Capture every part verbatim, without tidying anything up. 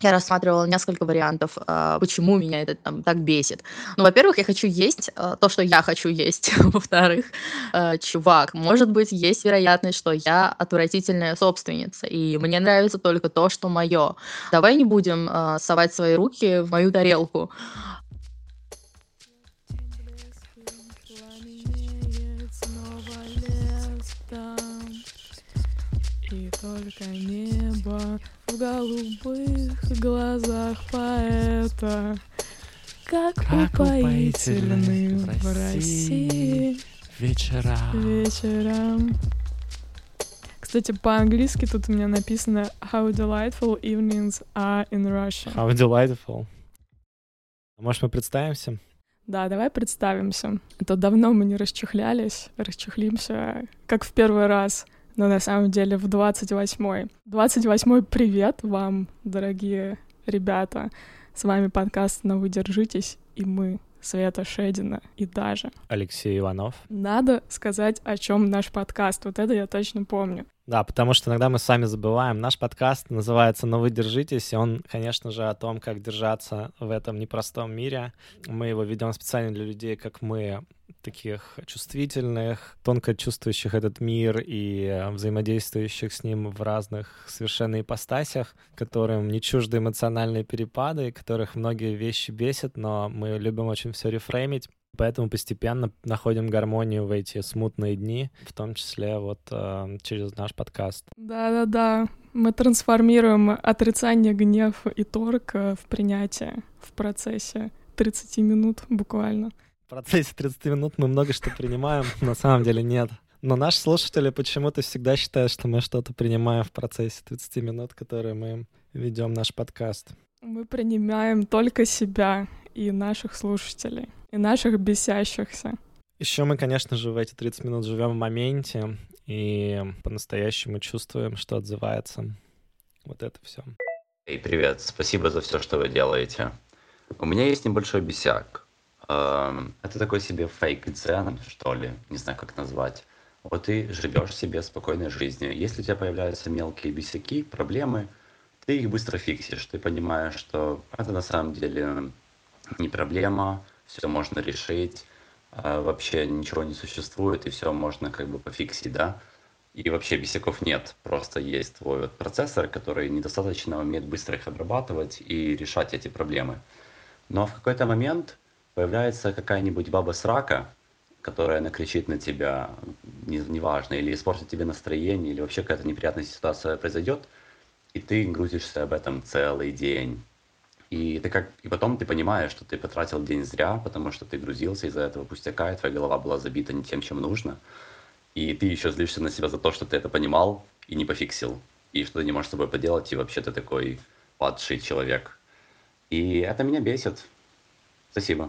Я рассматривала несколько вариантов, а, почему меня это там так бесит. Ну, во-первых, я хочу есть, а, то, что я хочу есть. Во-вторых, а, чувак, может быть, есть вероятность, что я отвратительная собственница, и мне нравится только то, что моё. Давай не будем, а, совать свои руки в мою тарелку. Пламенеет снова лес там, и только небо в голубых глазах поэта, как, Как упоительны упоительны в в России России вечера. вечером. Кстати, по-английски тут у меня написано How delightful evenings are in Russia. How delightful. Может, мы представимся? Да, давай представимся. А то давно мы не расчехлялись, расчехлимся как в первый раз, но на самом деле в двадцать восьмой. двадцать восьмой привет вам, дорогие ребята. С вами подкаст «Но вы держитесь», и мы, Света Шедина и Даша. Алексей Иванов. Надо сказать, о чем наш подкаст. Вот это я точно помню. Да, потому что иногда мы сами забываем. Наш подкаст называется «Но вы держитесь», и он, конечно же, о том, как держаться в этом непростом мире. Мы его ведем специально для людей, как мы, таких чувствительных, тонко чувствующих этот мир и взаимодействующих с ним в разных совершенно ипостасях, которым не чужды эмоциональные перепады, которых многие вещи бесят, но мы любим очень все рефреймить. Поэтому постепенно находим гармонию в эти смутные дни, в том числе вот э, через наш подкаст. Да-да-да, мы трансформируем отрицание, гнев и торг в принятие в процессе тридцати минут буквально. В процессе тридцати минут мы много что принимаем, на самом деле нет. Но наши слушатели почему-то всегда считают, что мы что-то принимаем в процессе тридцати минут, которые мы ведем наш подкаст. Мы принимаем только себя и наших слушателей, и наших бесящихся. Еще мы, конечно же, в эти тридцать минут живем в моменте и по-настоящему чувствуем, что отзывается вот это все. Эй, привет, спасибо за все, что вы делаете. У меня есть небольшой бесяк. Эм, Это такой себе фейк-дзен, что ли, не знаю, как назвать. Вот ты живешь себе спокойной жизнью. Если у тебя появляются мелкие бесяки, проблемы, ты их быстро фиксишь. Ты понимаешь, что это на самом деле не проблема, все можно решить, а, вообще ничего не существует, и все можно как бы пофиксить, да? И вообще бесяков нет, просто есть твой вот процессор, который недостаточно умеет быстро их обрабатывать и решать эти проблемы. Но в какой-то момент появляется какая-нибудь баба срака, которая накричит на тебя, не- неважно, или испортит тебе настроение, или вообще какая-то неприятная ситуация произойдет, и ты грузишься об этом целый день. И ты как, и потом ты понимаешь, что ты потратил день зря, потому что ты грузился из-за этого пустяка, и твоя голова была забита не тем, чем нужно. И ты еще злишься на себя за то, что ты это понимал и не пофиксил. И что ты не можешь с собой поделать, и вообще ты такой падший человек. И это меня бесит. Спасибо.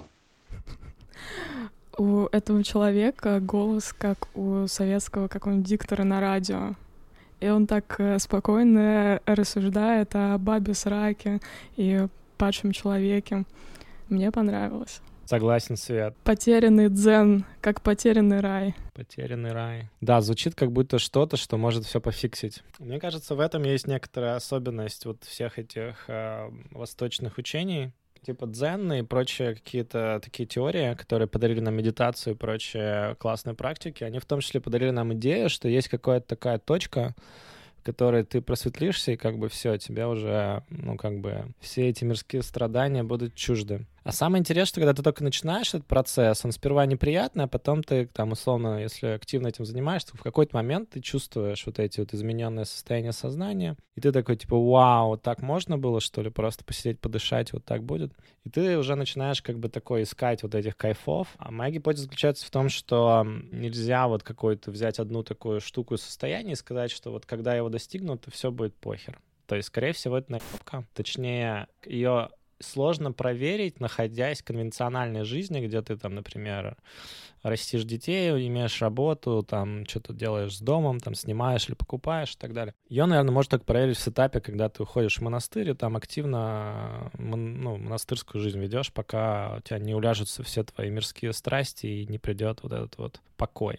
У этого человека голос как у советского какого-нибудь диктора на радио. И он так э, спокойно рассуждает о бабе сраке и падшем человеке. Мне понравилось. Согласен, Свет. Потерянный дзен, как потерянный рай. Потерянный рай. Да, звучит как будто что-то, что может все пофиксить. Мне кажется, в этом есть некоторая особенность вот всех этих э, восточных учений, типа дзен и прочие какие-то такие теории, которые подарили нам медитацию и прочие классные практики, они в том числе подарили нам идею, что есть какая-то такая точка, в которой ты просветлишься, и как бы все, тебе уже, ну, как бы, все эти мирские страдания будут чужды. А самое интересное, что когда ты только начинаешь этот процесс, он сперва неприятный, а потом ты, там, условно, если активно этим занимаешься, то в какой-то момент ты чувствуешь вот эти вот измененные состояния сознания, и ты такой, типа, вау, так можно было, что ли, просто посидеть, подышать, вот так будет? И ты уже начинаешь как бы такой искать вот этих кайфов. А моя гипотеза заключается в том, что нельзя вот какую-то взять одну такую штуку состояния и сказать, что вот когда я его достигну, то все будет похер. То есть, скорее всего, это наебка. Точнее, ее сложно проверить, находясь в конвенциональной жизни, где ты там, например, растишь детей, имеешь работу, там что-то делаешь с домом, там снимаешь или покупаешь и так далее. Ее, наверное, можно только проверить в этапе, когда ты уходишь в монастырь и там активно ну, монастырскую жизнь ведешь, пока у тебя не уляжутся все твои мирские страсти и не придет вот этот вот покой.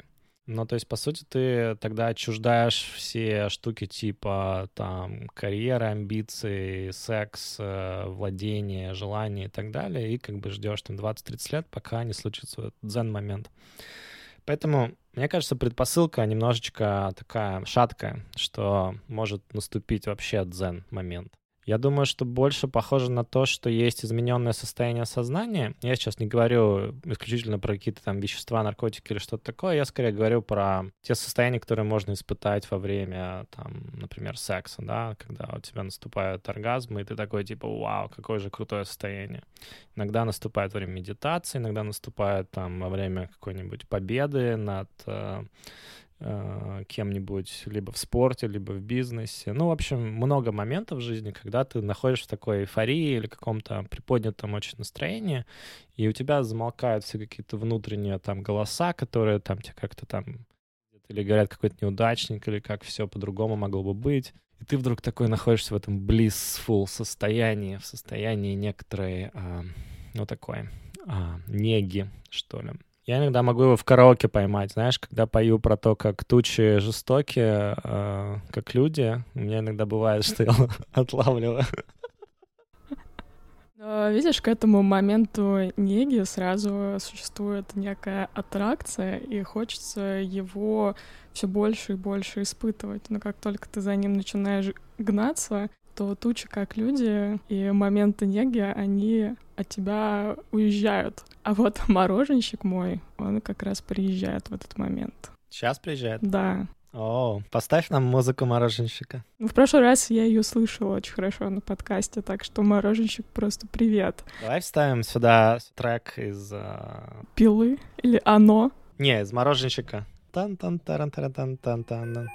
Ну, то есть, по сути, ты тогда отчуждаешь все штуки типа там карьера, амбиции, секс, э, владение, желание и так далее, и как бы ждешь там двадцать-тридцать лет, пока не случится этот дзен-момент. Поэтому, мне кажется, предпосылка немножечко такая шаткая, что может наступить вообще дзен-момент. Я думаю, что больше похоже на то, что есть измененное состояние сознания. Я сейчас не говорю исключительно про какие-то там вещества, наркотики или что-то такое. Я скорее говорю про те состояния, которые можно испытать во время, там, например, секса, да, когда у тебя наступает оргазм, и ты такой типа, вау, какое же крутое состояние. Иногда наступает во время медитации, иногда наступает там во время какой-нибудь победы над э, э, кем-нибудь либо в спорте, либо в бизнесе. Ну, в общем, много моментов в жизни, когда ты находишься в такой эйфории или каком-то приподнятом очень настроении, и у тебя замолкают все какие-то внутренние там голоса, которые там тебе как-то там или говорят какой-то неудачник, или как все по-другому могло бы быть. И ты вдруг такой находишься в этом blissful состоянии, в состоянии некоторой, а, ну, такой а, неги, что ли. Я иногда могу его в караоке поймать, знаешь, когда пою про то, как тучи жестокие, э, как люди. У меня иногда бывает, что я отлавливаю. Но, видишь, к этому моменту неги сразу существует некая аттракция, и хочется его все больше и больше испытывать. Но как только ты за ним начинаешь гнаться, то тучи как люди и моменты неги, они от тебя уезжают. А вот мороженщик мой, он как раз приезжает в этот момент. Сейчас приезжает? Да. О, поставь нам музыку мороженщика. В прошлый раз я ее слышала очень хорошо на подкасте, так что мороженщик просто привет. Давай вставим сюда трек из... Uh... Пилы или оно? Не, из мороженщика. Тан-тан-таран-таран-тан-тан-тан.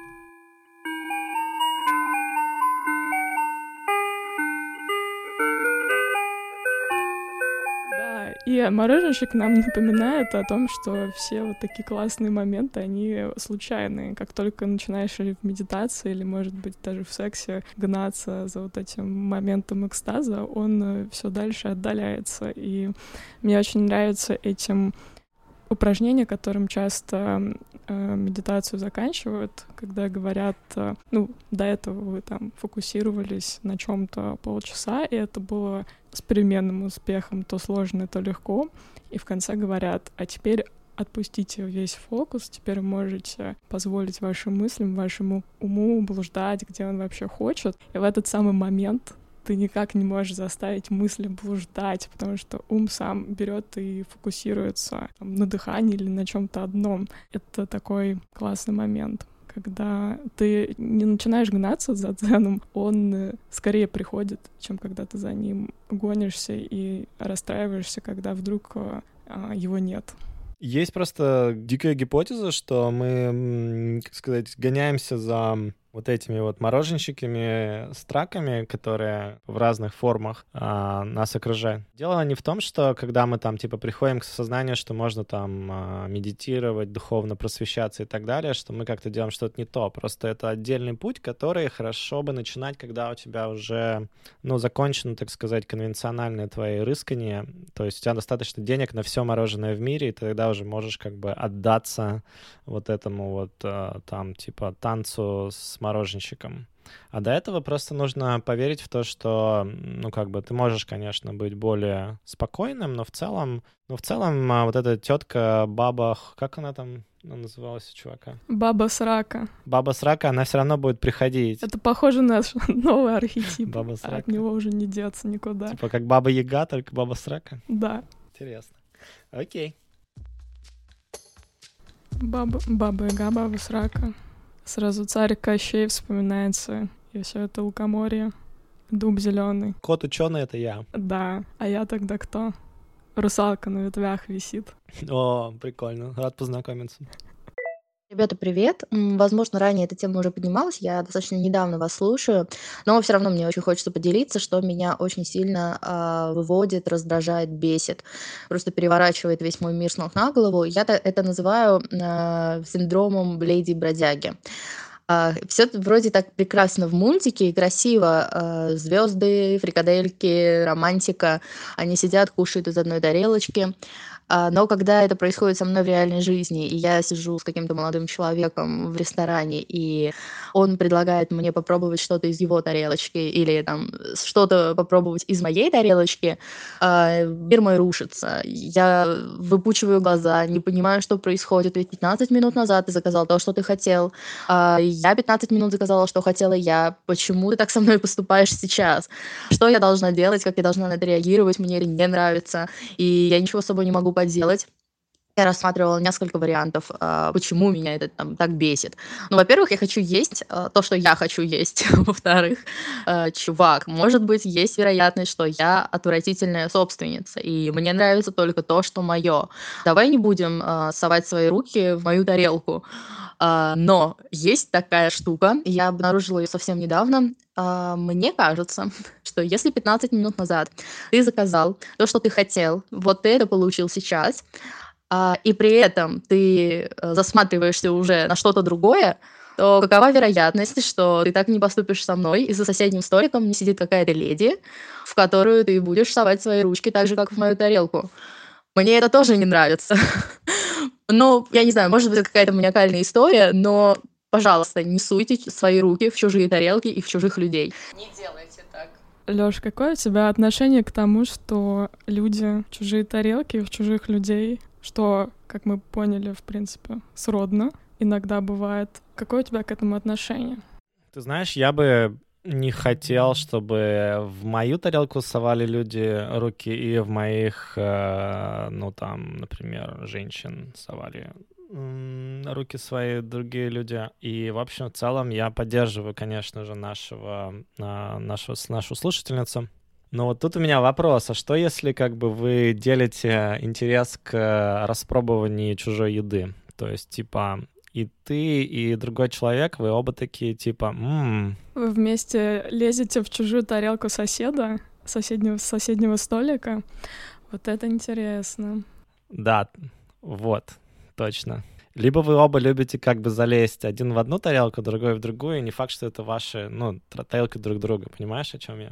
И мороженщик нам напоминает о том, что все вот такие классные моменты, они случайные. Как только начинаешь или в медитации, или, может быть, даже в сексе гнаться за вот этим моментом экстаза, он все дальше отдаляется. И мне очень нравится этим упражнение, которым часто э, медитацию заканчивают, когда говорят, э, ну, до этого вы там фокусировались на чем-то полчаса, и это было с переменным успехом, то сложно, то легко, и в конце говорят, а теперь отпустите весь фокус, теперь можете позволить вашим мыслям, вашему уму блуждать, где он вообще хочет, и в этот самый момент ты никак не можешь заставить мысли блуждать, потому что ум сам берет и фокусируется там, на дыхании или на чем-то одном. Это такой классный момент, когда ты не начинаешь гнаться за дзеном, он скорее приходит, чем когда ты за ним гонишься и расстраиваешься, когда вдруг а, его нет. Есть просто дикая гипотеза, что мы, как сказать, гоняемся за вот этими вот мороженщиками с траками, которые в разных формах а, нас окружают. Дело не в том, что когда мы там типа приходим к осознанию, что можно там а, медитировать, духовно просвещаться и так далее, что мы как-то делаем что-то не то. Просто это отдельный путь, который хорошо бы начинать, когда у тебя уже, ну, закончено, так сказать, конвенциональные твои рыскания. То есть у тебя достаточно денег на все мороженое в мире, и ты тогда уже можешь как бы отдаться вот этому вот а, там типа танцу с мороженщиком. А до этого просто нужно поверить в то, что, ну, как бы, ты можешь, конечно, быть более спокойным, но в целом, ну, в целом, а, вот эта тетка баба, как она там ну, называлась у чувака? Баба Срака. Баба Срака, она все равно будет приходить. Это похоже на наш новый архетип. Баба Срака. От него уже не деться никуда. Типа как Баба Яга, только Баба Срака? Да. Интересно. Окей. Баба, баба Яга, Баба Срака. Сразу царь Кощей вспоминается, и все это лукоморье, дуб зеленый. Кот ученый — это я. Да, а я тогда кто? Русалка на ветвях висит. О, прикольно, рад познакомиться. Ребята, привет. М, Возможно, ранее эта тема уже поднималась, я достаточно недавно вас слушаю, но все равно мне очень хочется поделиться, что меня очень сильно а, выводит, раздражает, бесит, просто переворачивает весь мой мир с ног на голову. Я та- это называю а, синдромом леди-бродяги. Все вроде так прекрасно в мультике и красиво. А, звезды, фрикадельки, романтика. Они сидят, кушают из одной тарелочки. А, но когда это происходит со мной в реальной жизни, и я сижу с каким-то молодым человеком в ресторане, и он предлагает мне попробовать что-то из его тарелочки или там что-то попробовать из моей тарелочки, а, мир мой рушится. Я выпучиваю глаза, не понимаю, что происходит. Ведь пятнадцать минут назад ты заказал то, что ты хотел. А, я пятнадцать минут заказала, что хотела я. Почему ты так со мной поступаешь сейчас? Что я должна делать? Как я должна на это реагировать? Мне это не нравится. И я ничего с собой не могу поделать. Я рассматривала несколько вариантов, а, почему меня это там так бесит. Ну, во-первых, я хочу есть а, то, что я хочу есть. Во-вторых, а, чувак, может быть, есть вероятность, что я отвратительная собственница, и мне нравится только то, что мое. Давай не будем а, совать свои руки в мою тарелку. А, но есть такая штука, я обнаружила ее совсем недавно. А, мне кажется, что если пятнадцать минут назад ты заказал то, что ты хотел, вот ты это получил сейчас, а, и при этом ты э, засматриваешься уже на что-то другое, то какова вероятность, что ты так не поступишь со мной, и за соседним столиком не сидит какая-то леди, в которую ты будешь совать свои ручки так же, как в мою тарелку? Мне это тоже не нравится. Ну, я не знаю, может быть, это какая-то маниакальная история, но, пожалуйста, не суйте ч- свои руки в чужие тарелки и в чужих людей. Не делайте так. Лёш, какое у тебя отношение к тому, что люди в чужие тарелки, в чужих людей, что, как мы поняли, в принципе, сродно иногда бывает. Какое у тебя к этому отношение? Ты знаешь, я бы не хотел, чтобы в мою тарелку совали люди руки, и в моих, э, ну там, например, женщин совали м, руки свои другие люди. И, в общем, в целом я поддерживаю, конечно же, нашего, а, нашего, с- нашу слушательницу. Но вот тут у меня вопрос, а что если как бы вы делите интерес к распробованию чужой еды? То есть, типа, и ты, и другой человек, вы оба такие, типа, «М, Вы вместе лезете в чужую тарелку соседа, соседнего, с соседнего столика. Вот это интересно. да, вот, точно». Либо вы оба любите как бы залезть один в одну тарелку, другой в другую, и не факт, что это ваши, ну, тра- тарелки друг друга, понимаешь, о чем я?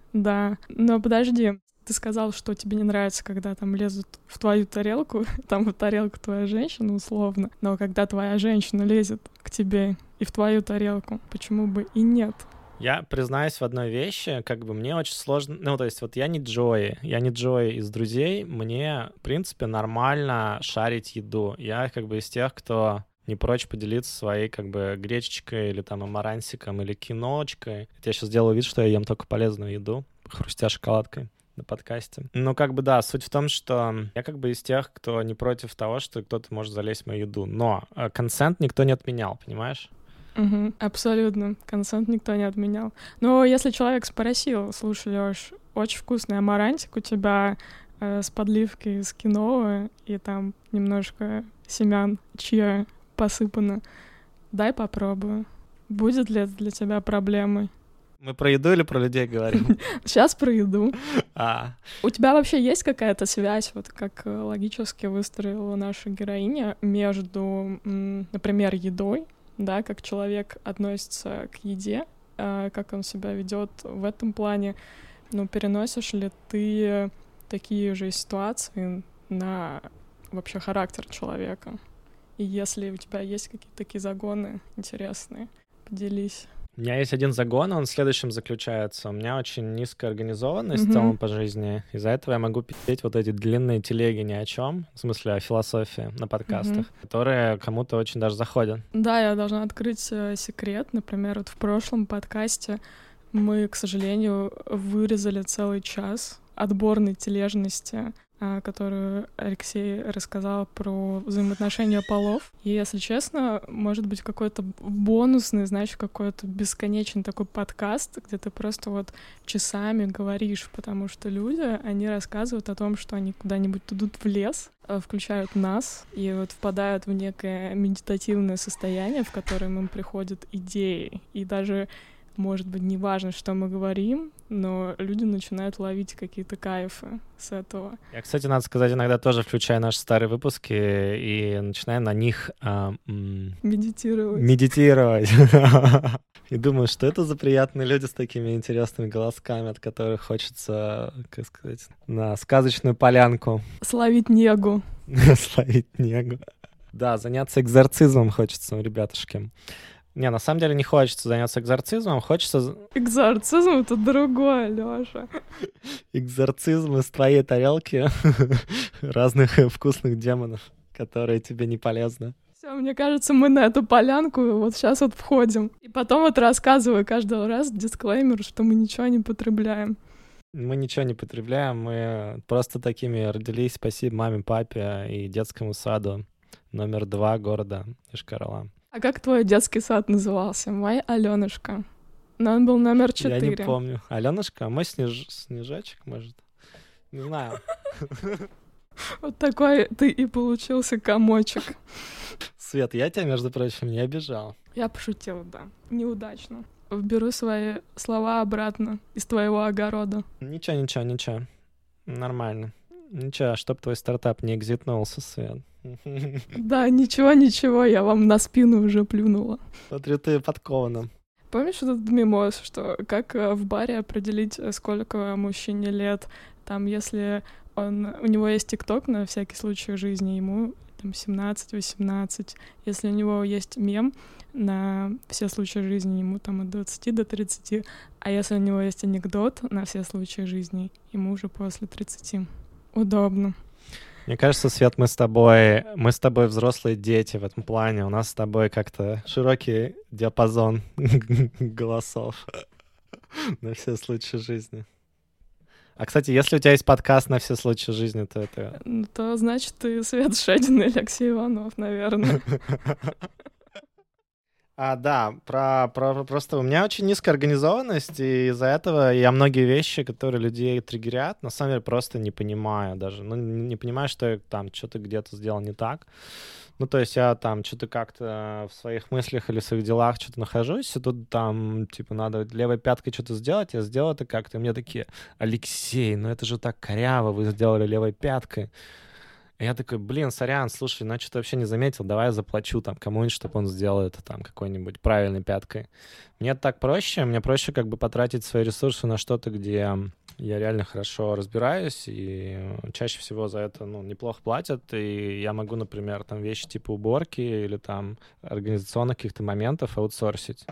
Да, но подожди, ты сказал, что тебе не нравится, когда там лезут в твою тарелку, там в тарелку твоя женщина, условно, но когда твоя женщина лезет к тебе и в твою тарелку, почему бы и нет? Я признаюсь в одной вещи, как бы мне очень сложно, ну, то есть вот я не Джои, я не Джои из «Друзей», мне, в принципе, нормально шарить еду. Я как бы из тех, кто не прочь поделиться своей как бы гречечкой или там амарансиком или киночкой. Это я сейчас делаю вид, что я ем только полезную еду, хрустя шоколадкой на подкасте. Ну, как бы, да, суть в том, что я как бы из тех, кто не против того, что кто-то может залезть в мою еду. Но э, консент никто не отменял, понимаешь? Мгм, абсолютно. Консент никто не отменял. Но если человек спросил, слушай, Лёш, очень вкусный амарантик у тебя э, с подливкой из киноа, и там немножко семян чиа посыпано, дай попробую. Будет ли это для тебя проблемой? Мы про еду или про людей говорим? Сейчас про еду. А, У тебя вообще есть какая-то связь, вот как э, логически выстроила наша героиня, между, м, например, едой, да, как человек относится к еде, э, как он себя ведет в этом плане? Ну, переносишь ли ты такие же ситуации на вообще характер человека? И если у тебя есть какие-то такие загоны интересные, поделись. у меня есть один загон, он в следующем заключается. У меня очень низкая организованность в Мгм. целом по жизни. Из-за этого я могу петь вот эти длинные телеги ни о чем, в смысле о философии на подкастах, Мгм. которые кому-то очень даже заходят. Да, я должна открыть э, секрет. Например, вот в прошлом подкасте мы, к сожалению, вырезали целый час отборной тележности, а, которую Алексей рассказал про взаимоотношения полов. И, если честно, может быть, какой-то бонусный, знаешь, какой-то бесконечный такой подкаст, где ты просто вот часами говоришь, потому что люди, они рассказывают о том, что они куда-нибудь идут в лес, э, включают нас и вот впадают в некое медитативное состояние, в котором им приходят идеи. И даже, может быть, не важно, что мы говорим, но люди начинают ловить какие-то кайфы с этого. Я, кстати, надо сказать, иногда тоже включаю наши старые выпуски и начинаю на них а, м- Медитировать. медитировать. И думаю, что это за приятные люди с такими интересными голосками, от которых хочется, как сказать, на сказочную полянку Словить негу. словить негу. Да, заняться экзорцизмом хочется, ребятушки. Не, на самом деле не хочется заняться экзорцизмом, хочется... Экзорцизм — это другое, Лёша. Экзорцизм из твоей тарелки разных вкусных демонов, которые тебе не полезны. Все, мне кажется, мы на эту полянку вот сейчас вот входим. И потом вот рассказываю каждый раз дисклеймер, что мы ничего не потребляем. Мы ничего не потребляем, мы просто такими родились. Спасибо маме, папе и детскому саду номер два города Йошкар-Ола. А как твой детский сад назывался? Мой Алёнушка. Но он был номер четыре. Я не помню. Алёнушка? Мой снеж... снежочек, может? Не знаю. Вот такой ты и получился комочек. Свет, я тебя, между прочим, не обижал. Я пошутила, да. Неудачно. Беру свои слова обратно из твоего огорода. Ничего, ничего, ничего. Нормально. Ничего, чтоб твой стартап не экзитнулся, Свет. Да, ничего-ничего, я вам на спину уже плюнула. Смотри, ты подкована. Помнишь этот мемос, что как э, в баре определить, э, сколько мужчине лет? Там, если он, у него есть ТикТок на всякий случай жизни, ему там семнадцать-восемнадцать. Если у него есть мем на все случаи жизни, ему там от двадцати до тридцати. А если у него есть анекдот на все случаи жизни, ему уже после тридцати. Удобно. Мне кажется, Свет, мы с тобой, мы с тобой взрослые дети в этом плане. У нас с тобой как-то широкий диапазон голосов на все случаи жизни. А, кстати, если у тебя есть подкаст на все случаи жизни, то это... Ну, то значит, ты Свет Шедин и Алексей Иванов, наверное. А, да, про, про, просто у меня очень низкая организованность, и из-за этого я многие вещи, которые людей триггерят, на самом деле просто не понимаю даже. Ну, не понимаю, что я там что-то где-то сделал не так. Ну, то есть я там что-то как-то в своих мыслях или в своих делах что-то нахожусь, и тут там, типа, надо левой пяткой что-то сделать, я сделал это как-то, и мне такие: Алексей, ну это же так коряво, вы сделали левой пяткой. И я такой: блин, сорян, слушай, ну что-то вообще не заметил, давай я заплачу там кому-нибудь, чтобы он сделал это там какой-нибудь правильной пяткой. Мне так проще, мне проще как бы потратить свои ресурсы на что-то, где я реально хорошо разбираюсь, и чаще всего за это, ну, неплохо платят, и я могу, например, там вещи типа уборки или там организационных каких-то моментов аутсорсить.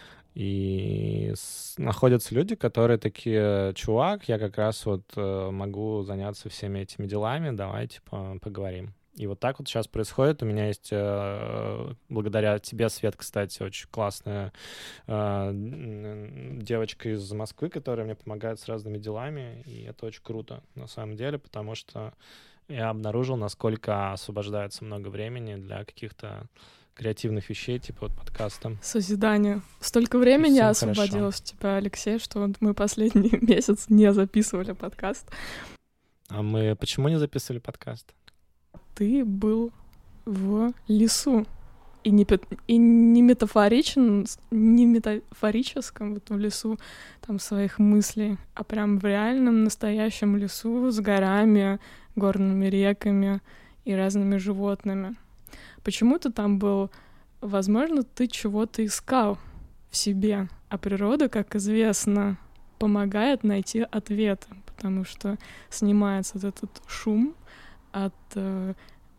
И с... находятся люди, которые такие: чувак, я как раз вот э, могу заняться всеми этими делами, давай, типа, поговорим. И вот так вот сейчас происходит. У меня есть, э, благодаря тебе, Свет, кстати, очень классная э, девочка из Москвы, которая мне помогает с разными делами, и это очень круто, на самом деле, потому что я обнаружил, насколько освобождается много времени для каких-то креативных вещей, типа вот подкаста. Созидание. Столько времени освободилось у тебя, Алексей, что вот мы последний месяц не записывали подкаст. А мы почему не записывали подкаст? Ты был в лесу. И не, и не метафоричен, не метафорическом вот в лесу там своих мыслей, а прям в реальном настоящем лесу с горами, горными реками и разными животными. Почему ты там был? Возможно, ты чего-то искал в себе, а природа, как известно, помогает найти ответы, потому что снимается вот этот шум от э,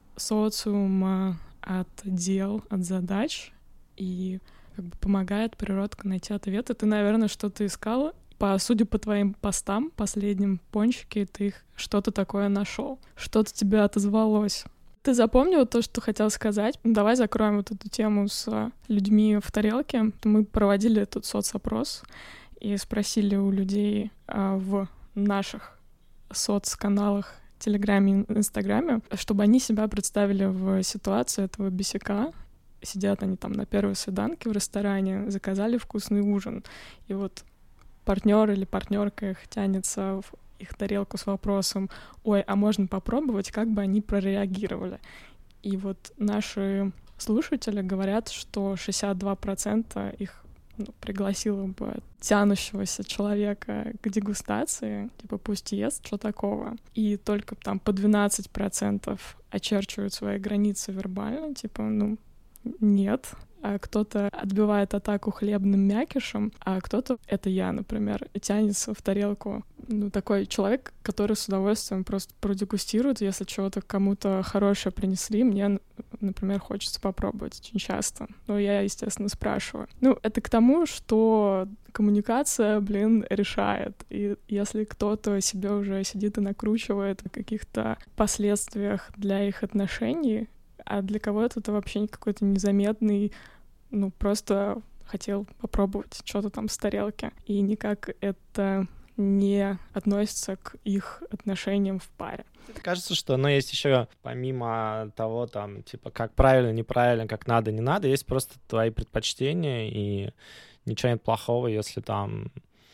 социума, от дел, от задач, и как бы помогает природка найти ответы. Ты, наверное, что-то искал. По, судя по твоим постам, последним пончики, ты их что-то такое нашел. Что-то тебе отозвалось. Ты запомнил то, что хотел сказать? Давай закроем вот эту тему с людьми в тарелке. Мы проводили этот соцопрос и спросили у людей а, в наших соцканалах, Телеграме и Инстаграме, чтобы они себя представили в ситуации этого бесяка. Сидят они там на первой свиданке в ресторане, заказали вкусный ужин. И вот партнер или партнерка их тянется в их тарелку с вопросом: ой, а можно попробовать, как бы они прореагировали? И вот наши слушатели говорят, что шестьдесят два процента их ну, пригласила бы тянущегося человека к дегустации, типа пусть ест, что такого, и только там по двенадцать процентов очерчивают свои границы вербально, типа, ну, нет. А кто-то отбивает атаку хлебным мякишем, а кто-то, это я, например, тянется в тарелку. Ну, такой человек, который с удовольствием просто продегустирует, если чего-то кому-то хорошее принесли, мне, например, хочется попробовать очень часто. Ну, я, естественно, спрашиваю. Ну, это к тому, что коммуникация, блин, решает. И если кто-то себе уже сидит и накручивает о каких-то последствиях для их отношений, а для кого-то это вообще какой-то незаметный, ну, просто хотел попробовать что-то там с тарелки. И никак это не относится к их отношениям в паре. Кажется, что, ну, есть еще помимо того, там, типа, как правильно, неправильно, как надо, не надо, есть просто твои предпочтения, и ничего нет плохого, если там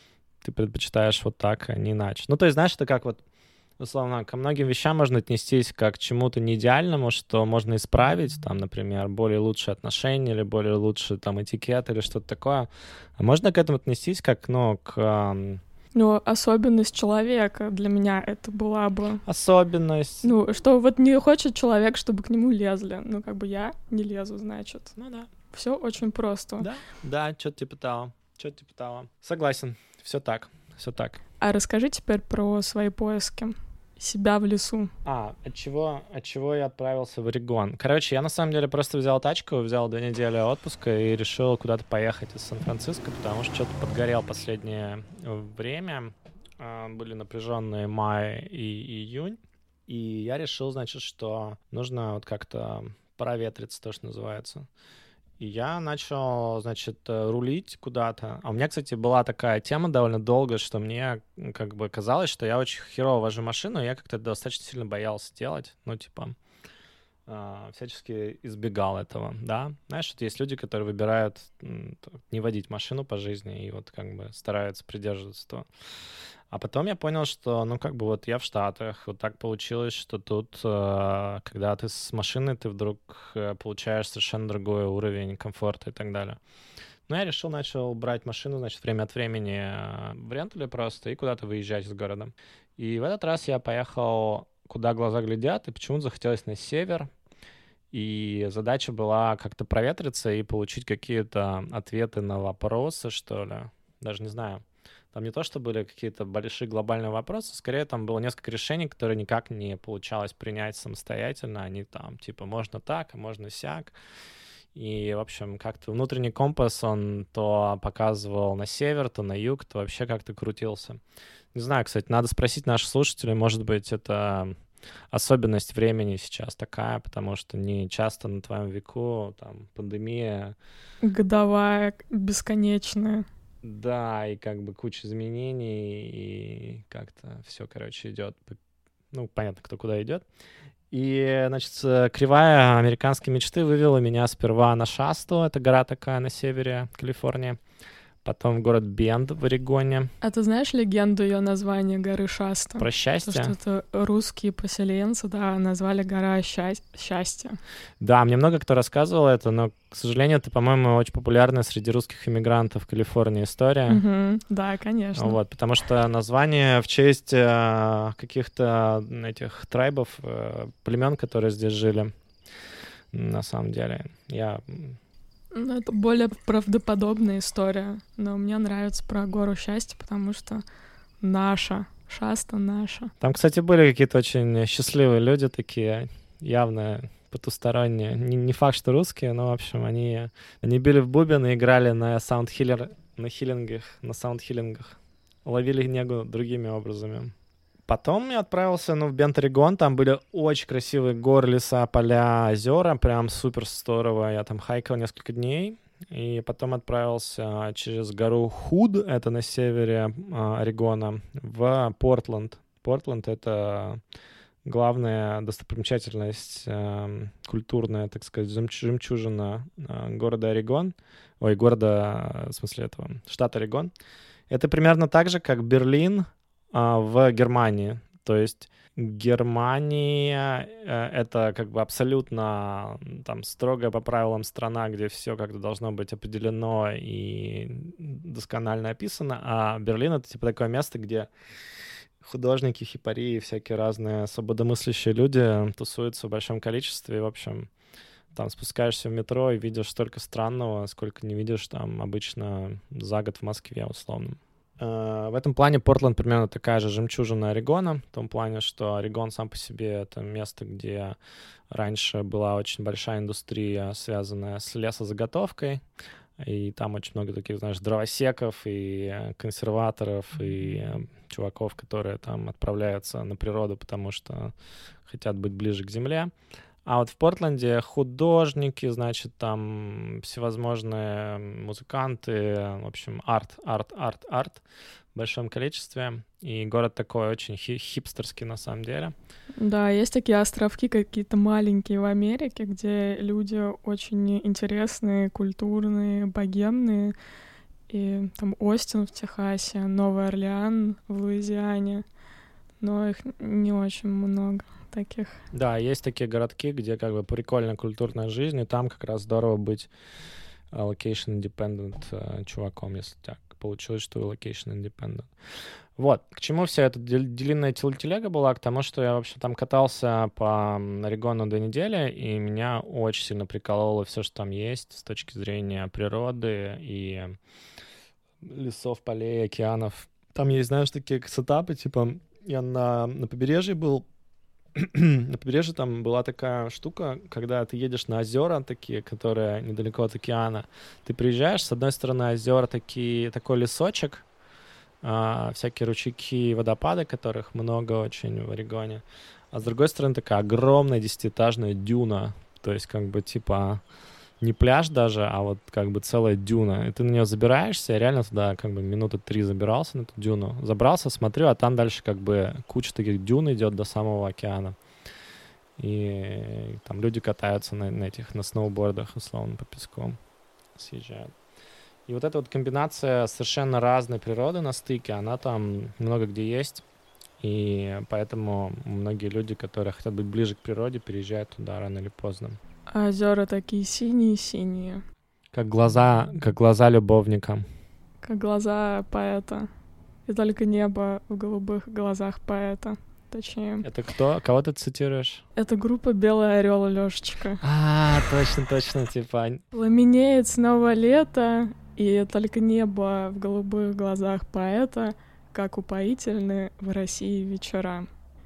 ты предпочитаешь вот так, а не иначе. Ну, то есть, знаешь, это как вот условно, ко многим вещам можно отнестись как к чему-то неидеальному, что можно исправить, там, например, более лучшие отношения или более лучший там этикет или что-то такое. А можно к этому отнестись как, ну, к... Ну, особенность человека для меня это была бы... Особенность. Ну, что вот не хочет человек, чтобы к нему лезли. Ну, как бы я не лезу, значит. Ну да. Все очень просто. Да, да, что-то типа того. Что-то типа того. Согласен. Все так. Все так. А расскажи теперь про свои поиски себя в лесу. А, от чего, от чего я отправился в Орегон? Короче, я на самом деле просто взял тачку, взял две недели отпуска и решил куда-то поехать из Сан-Франциско, потому что что-то подгорел последнее время. Были напряженные май и июнь. И я решил, значит, что нужно вот как-то проветриться, то, что называется. И я начал, значит, рулить куда-то. А у меня, кстати, была такая тема довольно долго, что мне как бы казалось, что я очень херово вожу машину, и я как-то достаточно сильно боялся делать. Ну, типа, э, всячески избегал этого, да. Знаешь, вот есть люди, которые выбирают не водить машину по жизни и вот как бы стараются придерживаться этого. А потом я понял, что, ну, как бы вот я в Штатах, вот так получилось, что тут, э, когда ты с машиной, ты вдруг э, получаешь совершенно другой уровень комфорта и так далее. Ну, я решил, начал брать машину, значит, время от времени э, в рентале просто и куда-то выезжать из города. И в этот раз я поехал, куда глаза глядят, и почему-то захотелось на север. И задача была как-то проветриться и получить какие-то ответы на вопросы, что ли. Даже не знаю. Там не то, что были какие-то большие глобальные вопросы, скорее там было несколько решений, которые никак не получалось принять самостоятельно. Они там, типа, можно так, а можно сяк. И, в общем, как-то внутренний компас, он то показывал на север, то на юг, то вообще как-то крутился. Не знаю, кстати, надо спросить наших слушателей, может быть, это особенность времени сейчас такая, потому что не часто на твоем веку там пандемия... Годовая, бесконечная. Да, и как бы куча изменений, и как-то все, короче, идет. Ну, понятно, кто куда идет. И, значит, кривая американской мечты вывела меня сперва на Шасту, это гора такая на севере Калифорнии, потом в город Бенд в Орегоне. А ты знаешь легенду ее названия горы Шаста? Про счастье? То, что это русские поселенцы, да, назвали гора ща... счастья. Да, мне много кто рассказывал это, но, к сожалению, это, по-моему, очень популярная среди русских иммигрантов в Калифорнии история. Угу, да, конечно. Вот, потому что название в честь э, каких-то этих трайбов, э, племен, которые здесь жили, на самом деле. Я... Ну, это более правдоподобная история, но мне нравится про гору счастья, потому что наша, Шаста наша. Там, кстати, были какие-то очень счастливые люди такие, явно потусторонние. Не, не факт, что русские, но, в общем, они, они били в бубен и играли на саундхиллер, на хиллингах, на саундхиллингах. Ловили негу другими образами. Потом я отправился, ну, в Бенд-Орегон, там были очень красивые горы, леса, поля, озера, прям супер здорово. Я там хайкал несколько дней, и потом отправился через гору Худ, это на севере э, Орегона, в Портленд. Портленд — это главная достопримечательность, э, культурная, так сказать, жемчужина э, города Орегон, ой, города, в смысле этого, штата Орегон. Это примерно так же, как Берлин в Германии. То есть Германия э, — это как бы абсолютно там строгая по правилам страна, где все как-то должно быть определено и досконально описано, а Берлин — это типа такое место, где художники, хипари, всякие разные свободомыслящие люди тусуются в большом количестве. И, в общем, там спускаешься в метро и видишь столько странного, сколько не видишь там обычно за год в Москве, условно. В этом плане Портленд примерно такая же жемчужина Орегона, в том плане, что Орегон сам по себе — это место, где раньше была очень большая индустрия, связанная с лесозаготовкой, и там очень много таких, знаешь, дровосеков и консерваторов, и чуваков, которые там отправляются на природу, потому что хотят быть ближе к земле. А вот в Портленде художники, значит, там всевозможные музыканты, в общем, арт, арт, арт, арт в большом количестве. И город такой очень хи- хипстерский на самом деле. Да, есть такие островки какие-то маленькие в Америке, где люди очень интересные, культурные, богемные. И там Остин в Техасе, Новый Орлеан в Луизиане. Но их не очень много таких. Да, есть такие городки, где как бы прикольная культурная жизнь, и там как раз здорово быть location independent uh, чуваком, если так получилось, что вы location independent. Вот, к чему вся эта длинная телега была? К тому, что я вообще там катался по Орегону две недели, и меня очень сильно прикололо все, что там есть с точки зрения природы и лесов, полей, океанов. Там есть, знаешь, такие сетапы, типа я на, на побережье был, на побережье там была такая штука, когда ты едешь на озера такие, которые недалеко от океана. Ты приезжаешь, с одной стороны озера такие, такой лесочек, а, всякие ручейки и водопады, которых много очень в Орегоне. А с другой стороны такая огромная десятиэтажная дюна. То есть как бы типа не пляж даже, а вот как бы целая дюна. И ты на нее забираешься, я реально туда как бы минуты три забирался на эту дюну. Забрался, смотрю, а там дальше как бы куча таких дюн идет до самого океана. И там люди катаются на, на этих, на сноубордах, условно, по песку съезжают. И вот эта вот комбинация совершенно разной природы на стыке, она там много где есть. И поэтому многие люди, которые хотят быть ближе к природе, переезжают туда рано или поздно. А озера такие синие-синие. Как глаза, как глаза любовника. Как глаза поэта. И только небо в голубых глазах поэта. Точнее. Это кто? Кого ты цитируешь? Это группа «Белый орел и Лёшечка». А, точно, точно, типа. Пламенеет снова лето, и только небо в голубых глазах поэта, как упоительны в России вечера.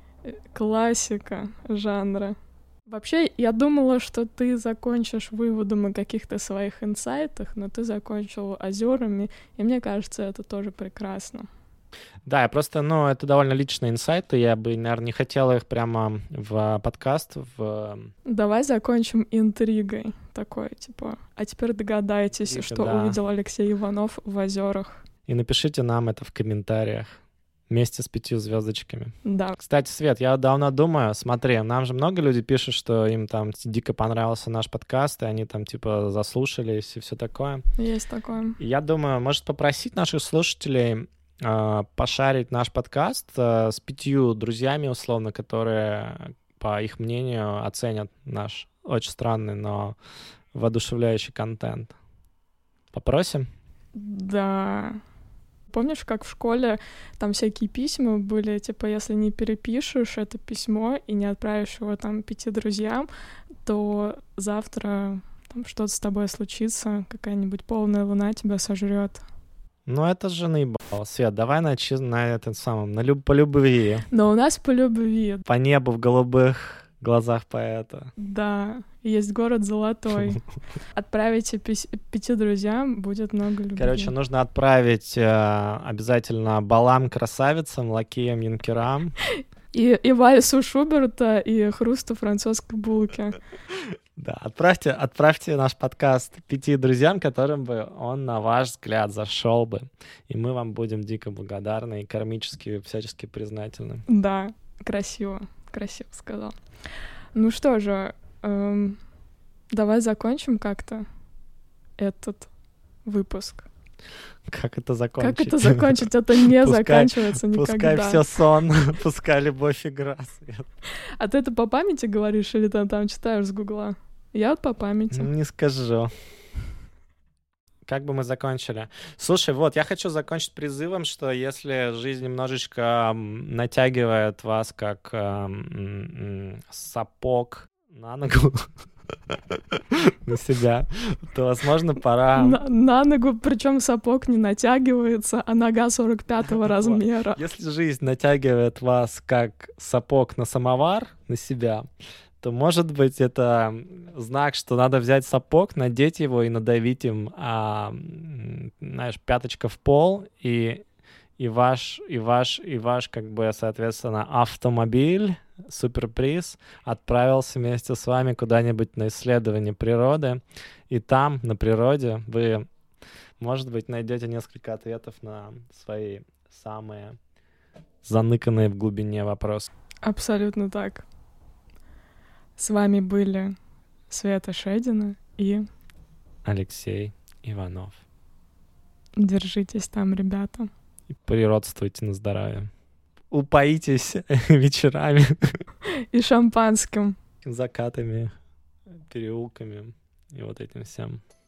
Классика жанра. Вообще, я думала, что ты закончишь выводом о каких-то своих инсайтах, но ты закончил озерами, и мне кажется, это тоже прекрасно. Да, я просто, ну, это довольно личные инсайты, я бы, наверное, не хотела их прямо в подкаст. В... Давай закончим интригой такой, типа, а теперь догадайтесь, Интрига, что да. увидел Алексей Иванов в озерах. И напишите нам это в комментариях вместе с пятью звездочками. Да. Кстати, Свет, я давно думаю, смотри, нам же много людей пишут, что им там дико понравился наш подкаст, и они там типа заслушались и все такое. Есть такое. И я думаю, может попросить наших слушателей э, пошарить наш подкаст э, с пятью друзьями, условно, которые, по их мнению, оценят наш очень странный, но воодушевляющий контент. Попросим? Да. Помнишь, как в школе там всякие письма были, типа, если не перепишешь это письмо и не отправишь его там пяти друзьям, то завтра там что-то с тобой случится, какая-нибудь полная луна тебя сожрет. Ну это же наебало. Свет, давай на, на этом самом, на люб, по любви. Но у нас по любви. По небу в голубых глазах поэта. Да, есть город золотой. Отправите пись- пяти друзьям, будет много любви. Короче, нужно отправить э, обязательно балам красавицам, лакеям юнкерам. И, и вальсу Шуберта, и хрусту французской булки. Да, отправьте, отправьте наш подкаст пяти друзьям, которым бы он, на ваш взгляд, зашел бы. И мы вам будем дико благодарны и кармически всячески признательны. Да, красиво, красиво сказал. Ну что же, эм, давай закончим как-то этот выпуск. Как это закончить? Как это закончить? Это не Пускай- заканчивается Пускай никогда. все сон, пускай любовь игра. Свет. А ты это по памяти говоришь или ты там читаешь с гугла? Я вот по памяти. Не скажу. Как бы мы закончили? Слушай, вот, я хочу закончить призывом, что если жизнь немножечко м, натягивает вас как эм, м, м, сапог на ногу, на себя, то, возможно, пора... На, на ногу, причем сапог не натягивается, а нога сорок пятого Вот. размера. Если жизнь натягивает вас как сапог на самовар, на себя, то, может быть, это знак, что надо взять сапог, надеть его и надавить им, а, м, знаешь, пяточка в пол, и, и ваш, и ваш, и ваш, как бы, соответственно, автомобиль, суперприз, отправился вместе с вами куда-нибудь на исследование природы, и там, на природе, вы, может быть, найдете несколько ответов на свои самые заныканные в глубине вопросы. Абсолютно так. С вами были Света Шедина и Алексей Иванов. держитесь там, ребята. И природствуйте на здоровье. Упоитесь вечерами, И шампанским. закатами, переулками и вот этим всем.